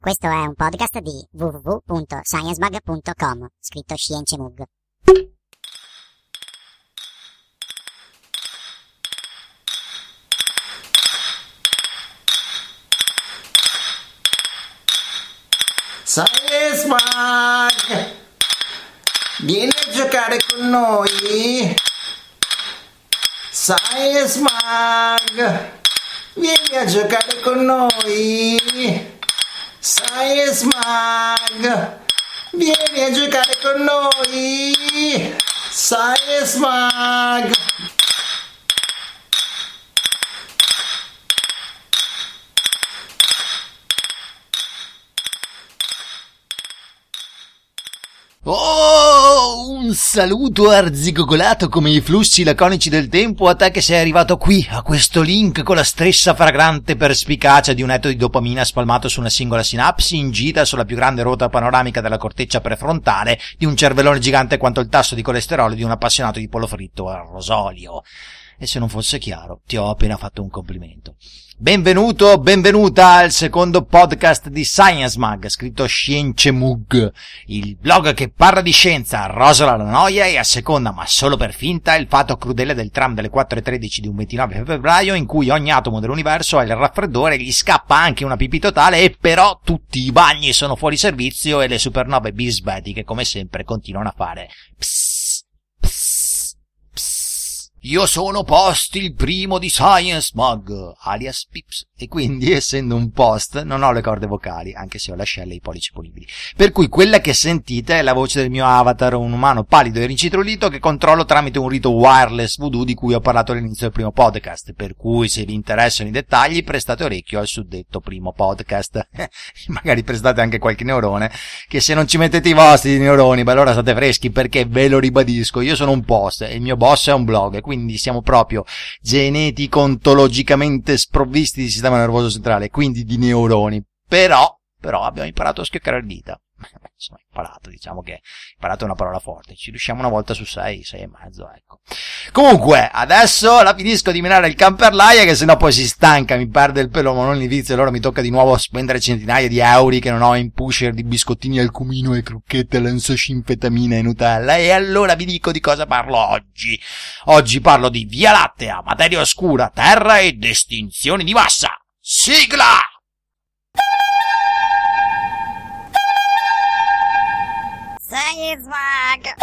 Questo è un podcast di www.sciencebug.com, scritto Scienze-Mug. Science Mug, vieni a giocare con noi. Science Mug, vieni a giocare con noi. Science Mug, vieni a giocare con noi. Science Mug. Oh, un saluto arzigogolato come i flussi laconici del tempo a te che sei arrivato qui, a questo link con la stessa fragrante perspicacia di un etto di dopamina spalmato su una singola sinapsi in gita sulla più grande ruota panoramica della corteccia prefrontale di un cervellone gigante quanto il tasso di colesterolo di un appassionato di pollo fritto al rosolio. E se non fosse chiaro, ti ho appena fatto un complimento. Benvenuto, benvenuta al secondo podcast di Science Mug, scritto Scienze-Mug, il blog che parla di scienza, rosola la noia e asseconda, ma solo per finta, il fatto crudele del tram delle 4:13 di un 29 febbraio in cui ogni atomo dell'universo ha il raffreddore, gli scappa anche una pipì totale e però tutti i bagni sono fuori servizio e le supernove bisbetiche come sempre continuano a fare psss, psss, psss. Io sono Post, il primo di Science Mug, alias Pips, e quindi, essendo un post, non ho le corde vocali, anche se ho l'ascella e i pollici ponibili. Per cui quella che sentite è la voce del mio avatar, un umano pallido e rincitrullito che controllo tramite un rito wireless voodoo di cui ho parlato all'inizio del primo podcast, per cui se vi interessano i dettagli prestate orecchio al suddetto primo podcast. Magari prestate anche qualche neurone, che se non ci mettete i vostri neuroni, beh allora state freschi, perché ve lo ribadisco, io sono un post e il mio boss è un blog, quindi siamo proprio genetico-ontologicamente sprovvisti di sistema nervoso centrale, quindi di neuroni. Però abbiamo imparato a schioccare le dita. Insomma, diciamo che imparato è una parola forte, ci riusciamo una volta su 6 e mezzo, ecco. Comunque, adesso la finisco di menare il can per l'aia, che sennò poi si stanca, mi perde il pelo, ma non l'inizio, e allora mi tocca di nuovo spendere centinaia di euro che non ho in pusher di biscottini al cumino e crocchette, lansoscinfetamina e Nutella. E allora vi dico di cosa parlo oggi. Oggi parlo di Via Lattea, materia oscura, terra ed estinzione di massa. Sigla! Science Mug!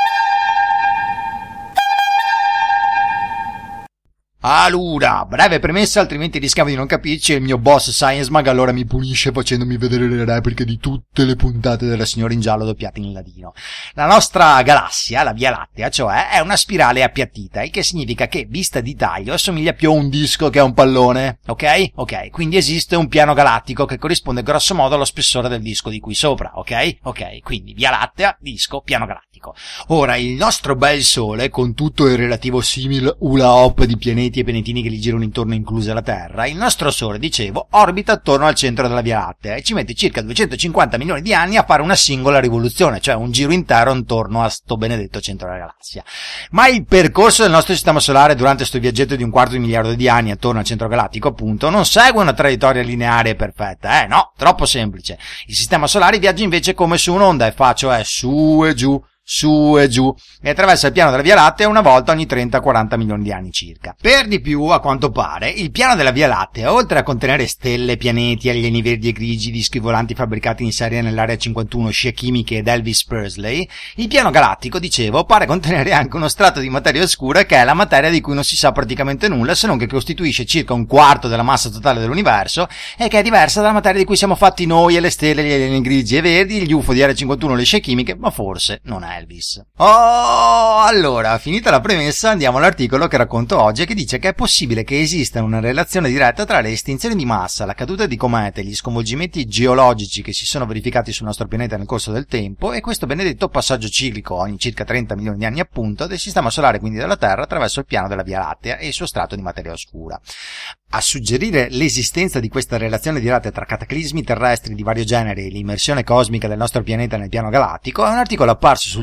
Allora, breve premessa, altrimenti rischiamo di non capirci e il mio boss Science Mag allora mi punisce facendomi vedere le repliche di tutte le puntate della Signora in giallo doppiate in ladino. La nostra galassia, la Via Lattea, cioè, è una spirale appiattita, il che significa che, vista di taglio, assomiglia più a un disco che a un pallone, ok? Ok, quindi esiste un piano galattico che corrisponde grosso modo allo spessore del disco di qui sopra, ok? Ok, quindi Via Lattea, disco, piano galattico. Ora, il nostro bel Sole, con tutto il relativo simil hula hop di pianeti e pianetini che gli girano intorno inclusa la Terra, il nostro Sole, dicevo, orbita attorno al centro della Via Lattea e ci mette circa 250 milioni di anni a fare una singola rivoluzione, cioè un giro intero intorno a sto benedetto centro della galassia. Ma il percorso del nostro sistema solare durante sto viaggetto di 1/4 miliardo di anni attorno al centro galattico, appunto, non segue una traiettoria lineare e perfetta, no, troppo semplice. Il sistema solare viaggia invece come su un'onda e fa, cioè su e giù, e attraversa il piano della Via Lattea una volta ogni 30-40 milioni di anni circa. Per di più, a quanto pare, il piano della Via Lattea, oltre a contenere stelle, pianeti, alieni verdi e grigi, dischi volanti fabbricati in serie nell'area 51, scie chimiche ed Elvis Presley, il piano galattico, dicevo, pare contenere anche uno strato di materia oscura che è la materia di cui non si sa praticamente nulla, se non che costituisce circa 1/4 della massa totale dell'universo e che è diversa dalla materia di cui siamo fatti noi e le stelle, gli alieni grigi e verdi, gli UFO di area 51, le scie chimiche, ma forse non è Elvis. Allora, finita la premessa, andiamo all'articolo che racconto oggi e che dice che è possibile che esista una relazione diretta tra le estinzioni di massa, la caduta di comete e gli sconvolgimenti geologici che si sono verificati sul nostro pianeta nel corso del tempo e questo benedetto passaggio ciclico, ogni circa 30 milioni di anni appunto, del sistema solare, quindi della Terra, attraverso il piano della Via Lattea e il suo strato di materia oscura. A suggerire l'esistenza di questa relazione diretta tra cataclismi terrestri di vario genere e l'immersione cosmica del nostro pianeta nel piano galattico è un articolo apparso sul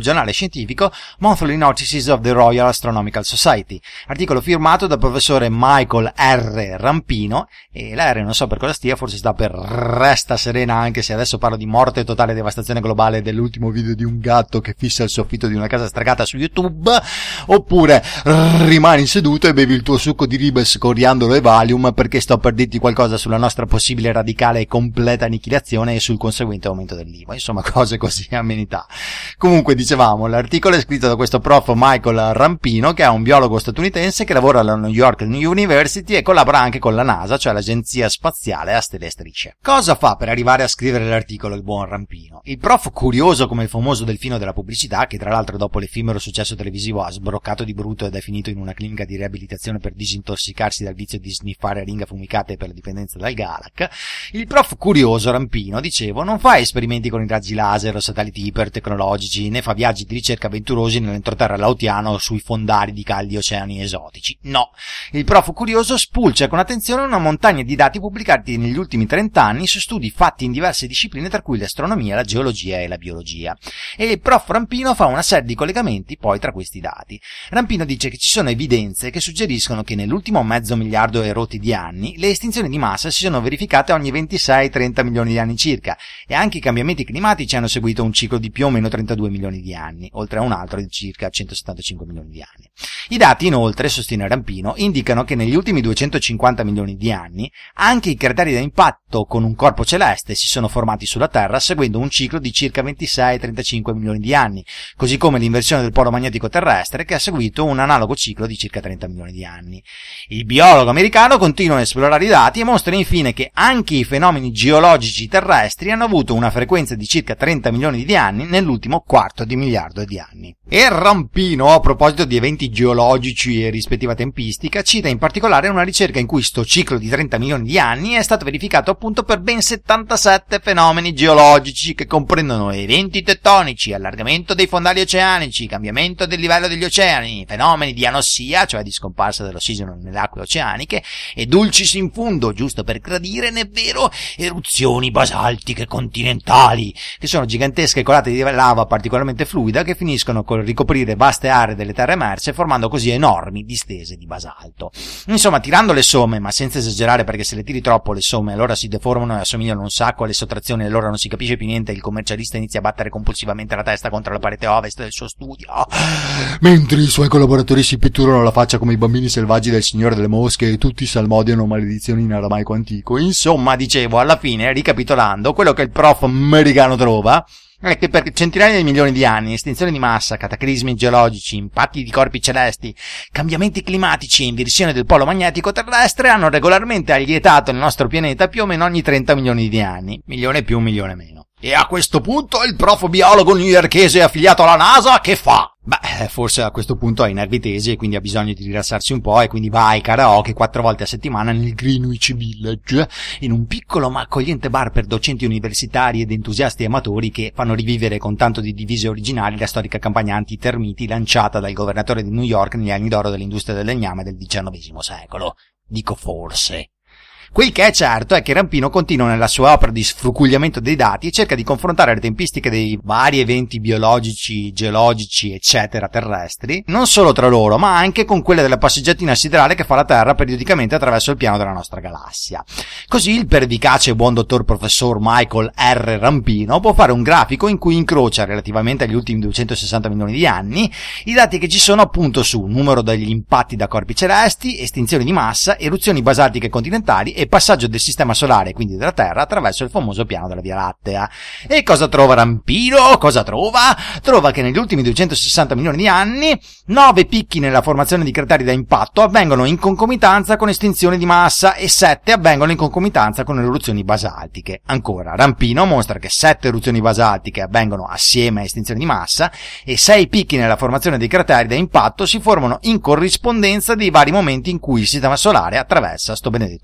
sul giornale scientifico Monthly Notices of the Royal Astronomical Society, articolo firmato dal professore Michael R. Rampino, e la R non so per cosa stia, forse sta per resta serena, anche se adesso parlo di morte totale e devastazione globale dell'ultimo video di un gatto che fissa il soffitto di una casa stregata su YouTube, oppure rimani seduto e bevi il tuo succo di ribes, coriandolo e Valium, perché sto per dirti qualcosa sulla nostra possibile radicale e completa annichilazione e sul conseguente aumento dell'IVA, insomma cose così, amenità. Comunque dicevamo, l'articolo è scritto da questo prof Michael Rampino, che è un biologo statunitense che lavora alla New York University e collabora anche con la NASA, cioè l'Agenzia Spaziale a Stelle e Strisce. Cosa fa per arrivare a scrivere l'articolo il buon Rampino? Il prof, curioso come il famoso delfino della pubblicità, che tra l'altro dopo l'effimero successo televisivo ha sbroccato di brutto ed è finito in una clinica di riabilitazione per disintossicarsi dal vizio di sniffare ringhe fumicate per la dipendenza dal Galac, il prof curioso Rampino, dicevo, non fa esperimenti con i raggi laser o satelliti ipertecnologici, né fa viaggi di ricerca avventurosi nell'entroterra laotiano o sui fondali di caldi oceani esotici. No, il prof curioso spulcia con attenzione una montagna di dati pubblicati negli ultimi 30 anni su studi fatti in diverse discipline, tra cui l'astronomia, la geologia e la biologia. E il prof Rampino fa una serie di collegamenti poi tra questi dati. Rampino dice che ci sono evidenze che suggeriscono che nell'ultimo mezzo miliardo e rotti di anni le estinzioni di massa si sono verificate ogni 26-30 milioni di anni circa, e anche i cambiamenti climatici hanno seguito un ciclo di più o meno 32 milioni di anni, oltre a un altro di circa 175 milioni di anni. I dati, inoltre, sostiene Rampino, indicano che negli ultimi 250 milioni di anni anche i crateri da impatto con un corpo celeste si sono formati sulla Terra seguendo un ciclo di circa 26-35 milioni di anni, così come l'inversione del polo magnetico terrestre che ha seguito un analogo ciclo di circa 30 milioni di anni. Il biologo americano continua a esplorare i dati e mostra infine che anche i fenomeni geologici terrestri hanno avuto una frequenza di circa 30 milioni di anni nell'ultimo quarto di miliardo di anni. E Rampino, a proposito di eventi geologici e rispettiva tempistica, cita in particolare una ricerca in cui sto ciclo di 30 milioni di anni è stato verificato appunto per ben 77 fenomeni geologici che comprendono eventi tettonici, allargamento dei fondali oceanici, cambiamento del livello degli oceani, fenomeni di anossia, cioè di scomparsa dell'ossigeno nelle acque oceaniche, e dulcis in fundo, giusto per gradire, ne è vero, eruzioni basaltiche continentali, che sono gigantesche colate di lava particolarmente fluida che finiscono col ricoprire vaste aree delle terre emerse, formando così enormi distese di basalto. Insomma, tirando le somme, ma senza esagerare, perché se le tiri troppo le somme allora si deformano e assomigliano un sacco alle sottrazioni e allora non si capisce più niente e il commercialista inizia a battere compulsivamente la testa contro la parete ovest del suo studio, mentre i suoi collaboratori si pitturano la faccia come i bambini selvaggi del Signore delle Mosche e tutti salmodiano maledizioni in aramaico antico. Insomma, dicevo, alla fine, ricapitolando, quello che il prof americano trova è che per centinaia di milioni di anni estinzioni di massa, cataclismi geologici, impatti di corpi celesti, cambiamenti climatici e inversione del polo magnetico terrestre hanno regolarmente allietato il nostro pianeta più o meno ogni 30 milioni di anni, milione più, milione meno. E a questo punto il prof biologo newyorkese affiliato alla NASA che fa? Beh, forse a questo punto ha i nervi tesi e quindi ha bisogno di rilassarsi un po' e quindi va ai karaoke 4 volte a settimana nel Greenwich Village, in un piccolo ma accogliente bar per docenti universitari ed entusiasti amatori che fanno rivivere con tanto di divise originali la storica campagna anti-termiti lanciata dal governatore di New York negli anni d'oro dell'industria del legname del XIX secolo. Dico forse. Quel che è certo è che Rampino continua nella sua opera di sfrucugliamento dei dati e cerca di confrontare le tempistiche dei vari eventi biologici, geologici, eccetera, terrestri, non solo tra loro, ma anche con quelle della passeggiatina siderale che fa la Terra periodicamente attraverso il piano della nostra galassia. Così il pervicace buon dottor professor Michael R. Rampino può fare un grafico in cui incrocia, relativamente agli ultimi 260 milioni di anni, i dati che ci sono appunto su numero degli impatti da corpi celesti, estinzioni di massa, eruzioni basaltiche continentali e passaggio del sistema solare, quindi della Terra, attraverso il famoso piano della Via Lattea. E cosa trova Rampino? Cosa trova? Trova che negli ultimi 260 milioni di anni 9 picchi nella formazione di crateri da impatto avvengono in concomitanza con estinzioni di massa e 7 avvengono in concomitanza con eruzioni basaltiche. Ancora, Rampino mostra che 7 eruzioni basaltiche avvengono assieme a estinzioni di massa e 6 picchi nella formazione dei crateri da impatto si formano in corrispondenza dei vari momenti in cui il sistema solare attraversa sto benedetto piano galattico.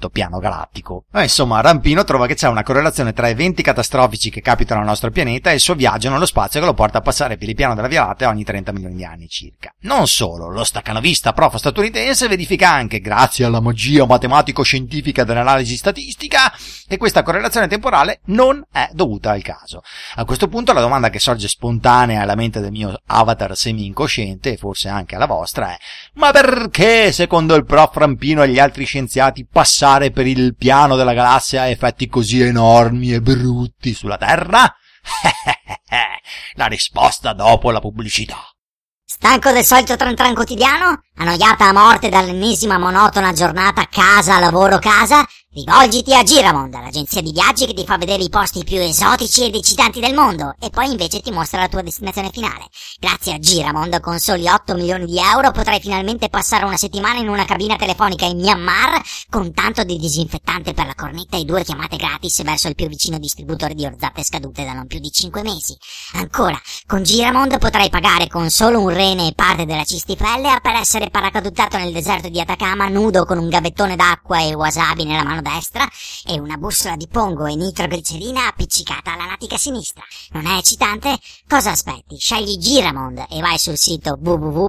galattico. Insomma, Rampino trova che c'è una correlazione tra eventi catastrofici che capitano al nostro pianeta e il suo viaggio nello spazio che lo porta a passare per il piano della Via Lattea ogni 30 milioni di anni circa. Non solo, lo staccanovista prof statunitense verifica anche, grazie alla magia matematico-scientifica dell'analisi statistica, che questa correlazione temporale non è dovuta al caso. A questo punto la domanda che sorge spontanea alla mente del mio avatar semi-incosciente, e forse anche alla vostra, è: ma perché, secondo il prof Rampino e gli altri scienziati, passare per il piano della galassia ha effetti così enormi e brutti sulla Terra? La risposta dopo la pubblicità. Stanco del solito tran quotidiano? Annoiata a morte dall'ennesima monotona giornata casa-lavoro-casa? Rivolgiti a Giramond, l'agenzia di viaggi che ti fa vedere i posti più esotici ed eccitanti del mondo e poi invece ti mostra la tua destinazione finale. Grazie a Giramond, con soli 8 milioni di euro potrai finalmente passare una settimana in una cabina telefonica in Myanmar con tanto di disinfettante per la cornetta e 2 chiamate gratis verso il più vicino distributore di orzate scadute da non più di 5 mesi. Ancora, con Giramond potrai pagare con solo un rene e parte della cistifellea per essere paracaduttato nel deserto di Atacama nudo con un gavettone d'acqua e wasabi nella mano destra e una bussola di pongo e nitroglicerina appiccicata alla natica sinistra. Non è eccitante? Cosa aspetti? Scegli Giramond e vai sul sito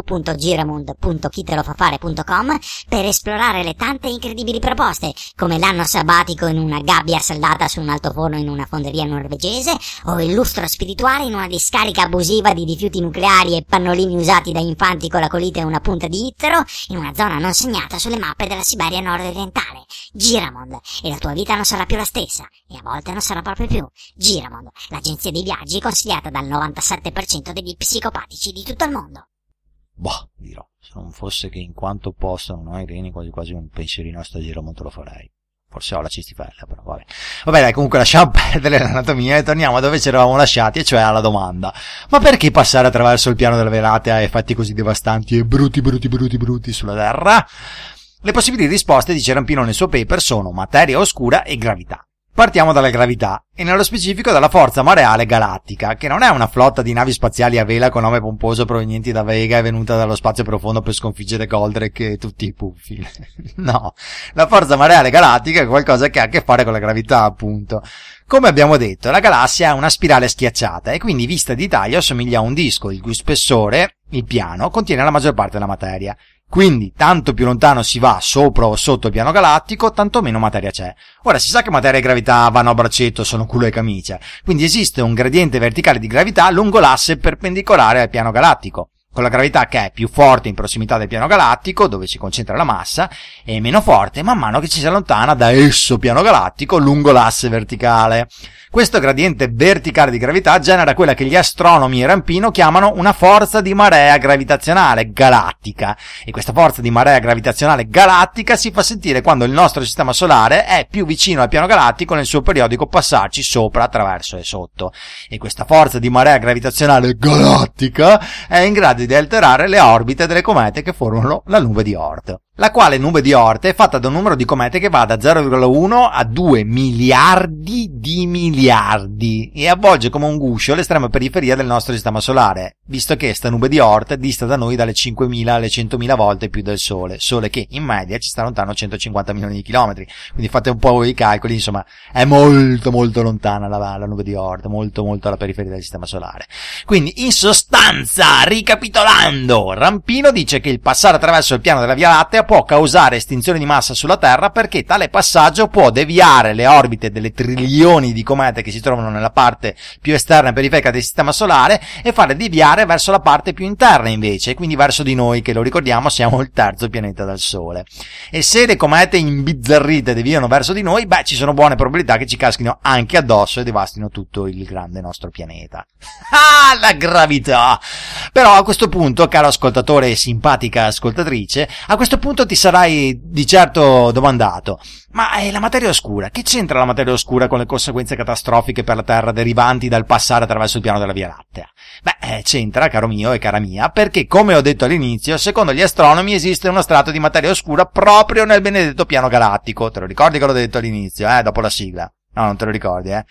www.giramond.chitelofafare.com per esplorare le tante incredibili proposte, come l'anno sabbatico in una gabbia saldata su un altoforno in una fonderia norvegese o il lustro spirituale in una discarica abusiva di rifiuti nucleari e pannolini usati da infanti con la colite e una punta di ittero in una zona non segnata sulle mappe della Siberia nord-orientale. Giramond, e la tua vita non sarà più la stessa, e a volte non sarà proprio più. Giramond, l'agenzia dei viaggi consigliata dal 97% degli psicopatici di tutto il mondo. Boh, dirò, se non fosse che in quanto posto non ho i reni, quasi quasi un pensierino a sta Giramond lo farei. Forse ho la cistifellea, però vabbè. Vabbè dai, comunque lasciamo perdere l'anatomia e torniamo a dove ci eravamo lasciati, e cioè alla domanda: ma perché passare attraverso il piano della Via Lattea ha effetti così devastanti e brutti sulla Terra? Le possibili risposte, dice Rampino nel suo paper, sono materia oscura e gravità. Partiamo dalla gravità, e nello specifico dalla Forza Mareale Galattica, che non è una flotta di navi spaziali a vela con nome pomposo provenienti da Vega e venuta dallo spazio profondo per sconfiggere Goldrake e tutti i puffi. No, la Forza Mareale Galattica è qualcosa che ha a che fare con la gravità, appunto. Come abbiamo detto, la galassia è una spirale schiacciata e quindi vista di taglio assomiglia a un disco, il cui spessore, il piano, contiene la maggior parte della materia. Quindi, tanto più lontano si va sopra o sotto il piano galattico, tanto meno materia c'è. Ora, si sa che materia e gravità vanno a braccetto, sono culo e camicia. Quindi esiste un gradiente verticale di gravità lungo l'asse perpendicolare al piano galattico, con la gravità che è più forte in prossimità del piano galattico, dove si concentra la massa, e meno forte man mano che ci si allontana da esso piano galattico lungo l'asse verticale. Questo gradiente verticale di gravità genera quella che gli astronomi e Rampino chiamano una forza di marea gravitazionale galattica, e questa forza di marea gravitazionale galattica si fa sentire quando il nostro sistema solare è più vicino al piano galattico nel suo periodico passarci sopra, attraverso e sotto. E questa forza di marea gravitazionale galattica è in grado di alterare le orbite delle comete che formano la nube di Oort, la quale nube di Oort è fatta da un numero di comete che va da 0,1 a 2 miliardi di miliardi e avvolge come un guscio l'estrema periferia del nostro sistema solare, visto che sta nube di Oort dista da noi dalle 5.000 alle 100.000 volte più del Sole che in media ci sta lontano 150 milioni di chilometri, quindi fate un po' i calcoli, insomma è molto lontana la nube di Oort, molto alla periferia del sistema solare. Quindi in sostanza, ricapitolando, Rampino dice che il passare attraverso il piano della Via Lattea può causare estinzione di massa sulla Terra perché tale passaggio può deviare le orbite delle trilioni di comete che si trovano nella parte più esterna e periferica del sistema solare e farle deviare verso la parte più interna invece, quindi verso di noi, che lo ricordiamo siamo il terzo pianeta dal Sole. E se le comete imbizzarrite deviano verso di noi, ci sono buone probabilità che ci caschino anche addosso e devastino tutto il grande nostro pianeta. Ah, la gravità! Però a questo punto, caro ascoltatore e simpatica ascoltatrice, a questo punto ti sarai di certo domandato: ma è la materia oscura? Che c'entra la materia oscura con le conseguenze catastrofiche per la Terra derivanti dal passare attraverso il piano della Via Lattea? C'entra, caro mio e cara mia, perché, come ho detto all'inizio, secondo gli astronomi esiste uno strato di materia oscura proprio nel benedetto piano galattico. Te lo ricordi che l'ho detto all'inizio, dopo la sigla? No, non te lo ricordi,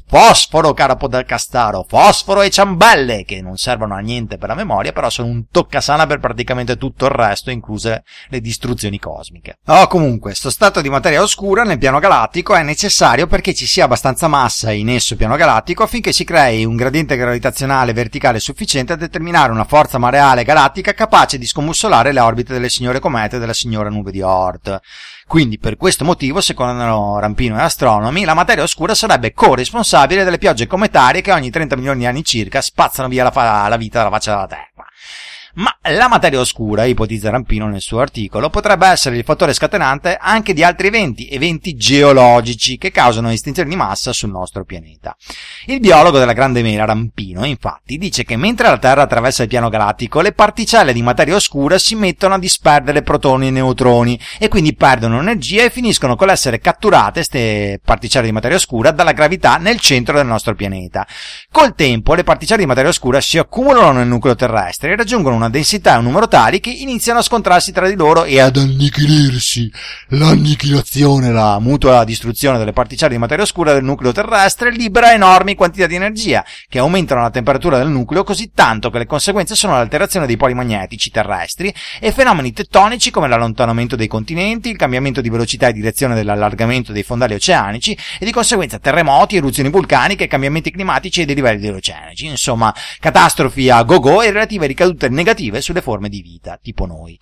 Fosforo, caro podcastaro, fosforo e ciambelle, che non servono a niente per la memoria, però sono un toccasana per praticamente tutto il resto, incluse le distruzioni cosmiche. Comunque, sto stato di materia oscura nel piano galattico è necessario perché ci sia abbastanza massa in esso piano galattico affinché si crei un gradiente gravitazionale verticale sufficiente a determinare una forza mareale galattica capace di scombussolare le orbite delle signore comete e della signora nube di Oort. Quindi, per questo motivo, secondo Rampino e astronomi, la materia oscura sarebbe corresponsabile delle piogge cometarie che ogni 30 milioni di anni circa spazzano via la vita dalla faccia della Terra. Ma la materia oscura, ipotizza Rampino nel suo articolo, potrebbe essere il fattore scatenante anche di altri eventi geologici che causano estinzioni di massa sul nostro pianeta. Il biologo della grande mela, Rampino, infatti, dice che mentre la Terra attraversa il piano galattico, le particelle di materia oscura si mettono a disperdere protoni e neutroni e quindi perdono energia e finiscono con l'essere catturate, queste particelle di materia oscura, dalla gravità nel centro del nostro pianeta. Col tempo, le particelle di materia oscura si accumulano nel nucleo terrestre e raggiungono una densità e un numero tali che iniziano a scontrarsi tra di loro e ad annichilirsi. L'annichilazione, la mutua distruzione delle particelle di materia oscura del nucleo terrestre libera enormi quantità di energia che aumentano la temperatura del nucleo così tanto che le conseguenze sono l'alterazione dei poli magnetici terrestri e fenomeni tettonici come l'allontanamento dei continenti, il cambiamento di velocità e direzione dell'allargamento dei fondali oceanici e di conseguenza terremoti, eruzioni vulcaniche, cambiamenti climatici e dei livelli degli oceanici. Insomma, catastrofi a go-go e relative ricadute negative sulle forme di vita, tipo noi.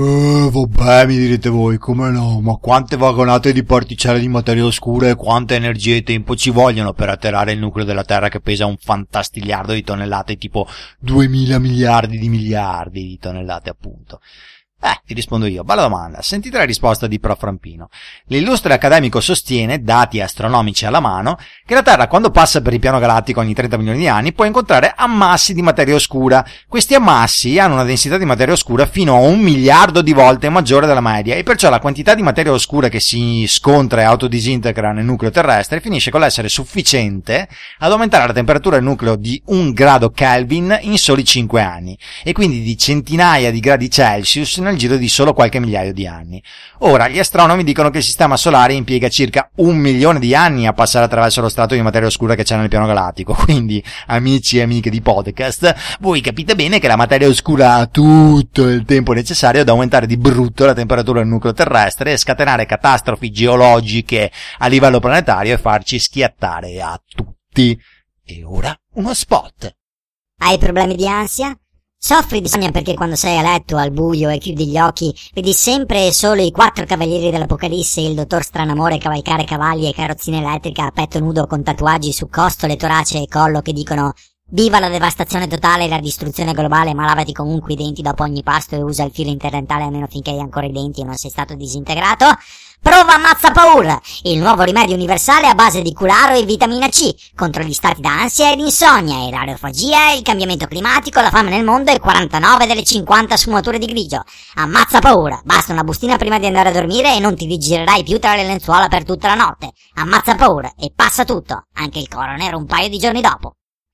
Vabbè, mi direte voi, come no, ma quante vagonate di particelle di materia oscura e quanta energia e tempo ci vogliono per atterrare il nucleo della Terra che pesa un fantastigliardo di tonnellate, tipo 2000 miliardi di tonnellate, appunto. Ti rispondo io. Bella domanda. Sentite la risposta di Prof. Rampino. L'illustre accademico sostiene, dati astronomici alla mano, che la Terra quando passa per il piano galattico ogni 30 milioni di anni può incontrare ammassi di materia oscura. Questi ammassi hanno una densità di materia oscura fino a 1 miliardo di volte maggiore della media e perciò la quantità di materia oscura che si scontra e autodisintegra nel nucleo terrestre finisce con l'essere sufficiente ad aumentare la temperatura del nucleo di 1 grado Kelvin in soli 5 anni e quindi di centinaia di gradi Celsius nel giro di solo qualche migliaio di anni. Ora, gli astronomi dicono che il sistema solare impiega circa 1 milione di anni a passare attraverso lo strato di materia oscura che c'è nel piano galattico, quindi, amici e amiche di podcast, voi capite bene che la materia oscura ha tutto il tempo necessario ad aumentare di brutto la temperatura del nucleo terrestre e scatenare catastrofi geologiche a livello planetario e farci schiattare a tutti. E ora uno spot. Hai problemi di ansia? Soffri di sonno perché quando sei a letto al buio e chiudi gli occhi vedi sempre e solo i 4 cavalieri dell'Apocalisse, il dottor Stranamore cavalcare cavalli e carrozzine elettriche a petto nudo con tatuaggi su costole, torace e collo che dicono viva la devastazione totale e la distruzione globale, ma lavati comunque i denti dopo ogni pasto e usa il filo interdentale almeno finché hai ancora i denti e non sei stato disintegrato? Prova Ammazza Paura, il nuovo rimedio universale a base di curaro e vitamina C contro gli stati d'ansia ed insonnia, e l'aerofagia, il cambiamento climatico, la fame nel mondo e 49 delle 50 sfumature di grigio. Ammazza Paura, basta una bustina prima di andare a dormire e non ti rigirerai più tra le lenzuola per tutta la notte. Ammazza Paura e passa tutto, anche il coroner un paio di giorni dopo.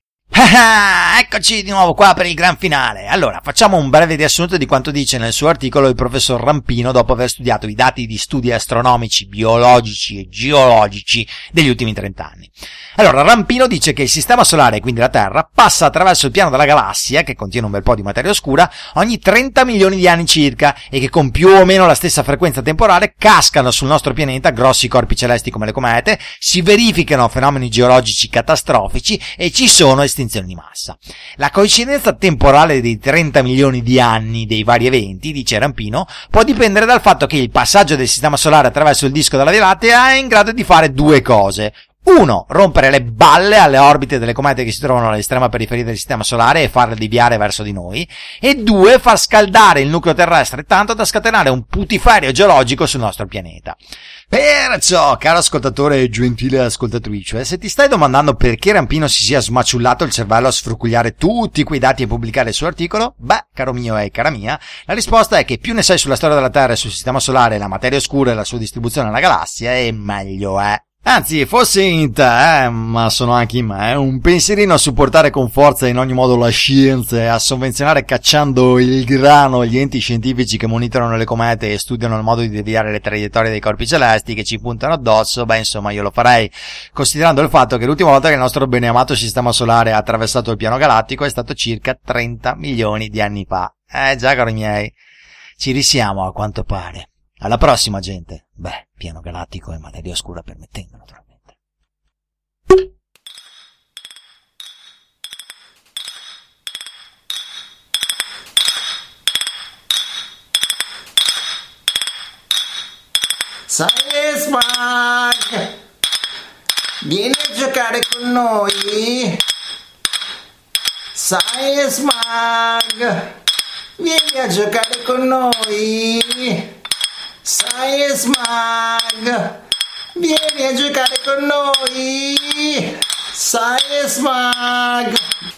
Eccoci di nuovo qua per il gran finale. Allora, facciamo un breve riassunto di quanto dice nel suo articolo il professor Rampino dopo aver studiato i dati di studi astronomici, biologici e geologici degli ultimi 30 anni. Allora, Rampino dice che il sistema solare, quindi la Terra, passa attraverso il piano della galassia, che contiene un bel po' di materia oscura, ogni 30 milioni di anni circa e che con più o meno la stessa frequenza temporale cascano sul nostro pianeta grossi corpi celesti come le comete, si verificano fenomeni geologici catastrofici e ci sono estinzioni di massa. La coincidenza temporale dei 30 milioni di anni dei vari eventi, dice Rampino, può dipendere dal fatto che il passaggio del sistema solare attraverso il disco della Via Lattea è in grado di fare due cose. 1. Rompere le balle alle orbite delle comete che si trovano all'estrema periferia del sistema solare e farle deviare verso di noi. E 2. Far scaldare il nucleo terrestre tanto da scatenare un putiferio geologico sul nostro pianeta. Perciò, caro ascoltatore e gentile ascoltatrice, se ti stai domandando perché Rampino si sia smaciullato il cervello a sfrucugliare tutti quei dati e pubblicare il suo articolo, beh, caro mio e cara mia, la risposta è che più ne sai sulla storia della Terra e sul sistema solare, la materia oscura e la sua distribuzione nella galassia, e meglio è. Anzi, fosse in te, ma sono anche in me, un pensierino a supportare con forza in ogni modo la scienza e a sovvenzionare cacciando il grano gli enti scientifici che monitorano le comete e studiano il modo di deviare le traiettorie dei corpi celesti che ci puntano addosso, beh, insomma, io lo farei, considerando il fatto che l'ultima volta che il nostro beneamato sistema solare ha attraversato il piano galattico è stato circa 30 milioni di anni fa. Già, cari miei, ci risiamo a quanto pare. Alla prossima, gente. Beh, piano galattico e materia oscura permettendo, naturalmente. Science Mag, vieni a giocare con noi. Science Mag, vieni a giocare con noi. Science Mag, vieni a giocare con noi. Science Mag.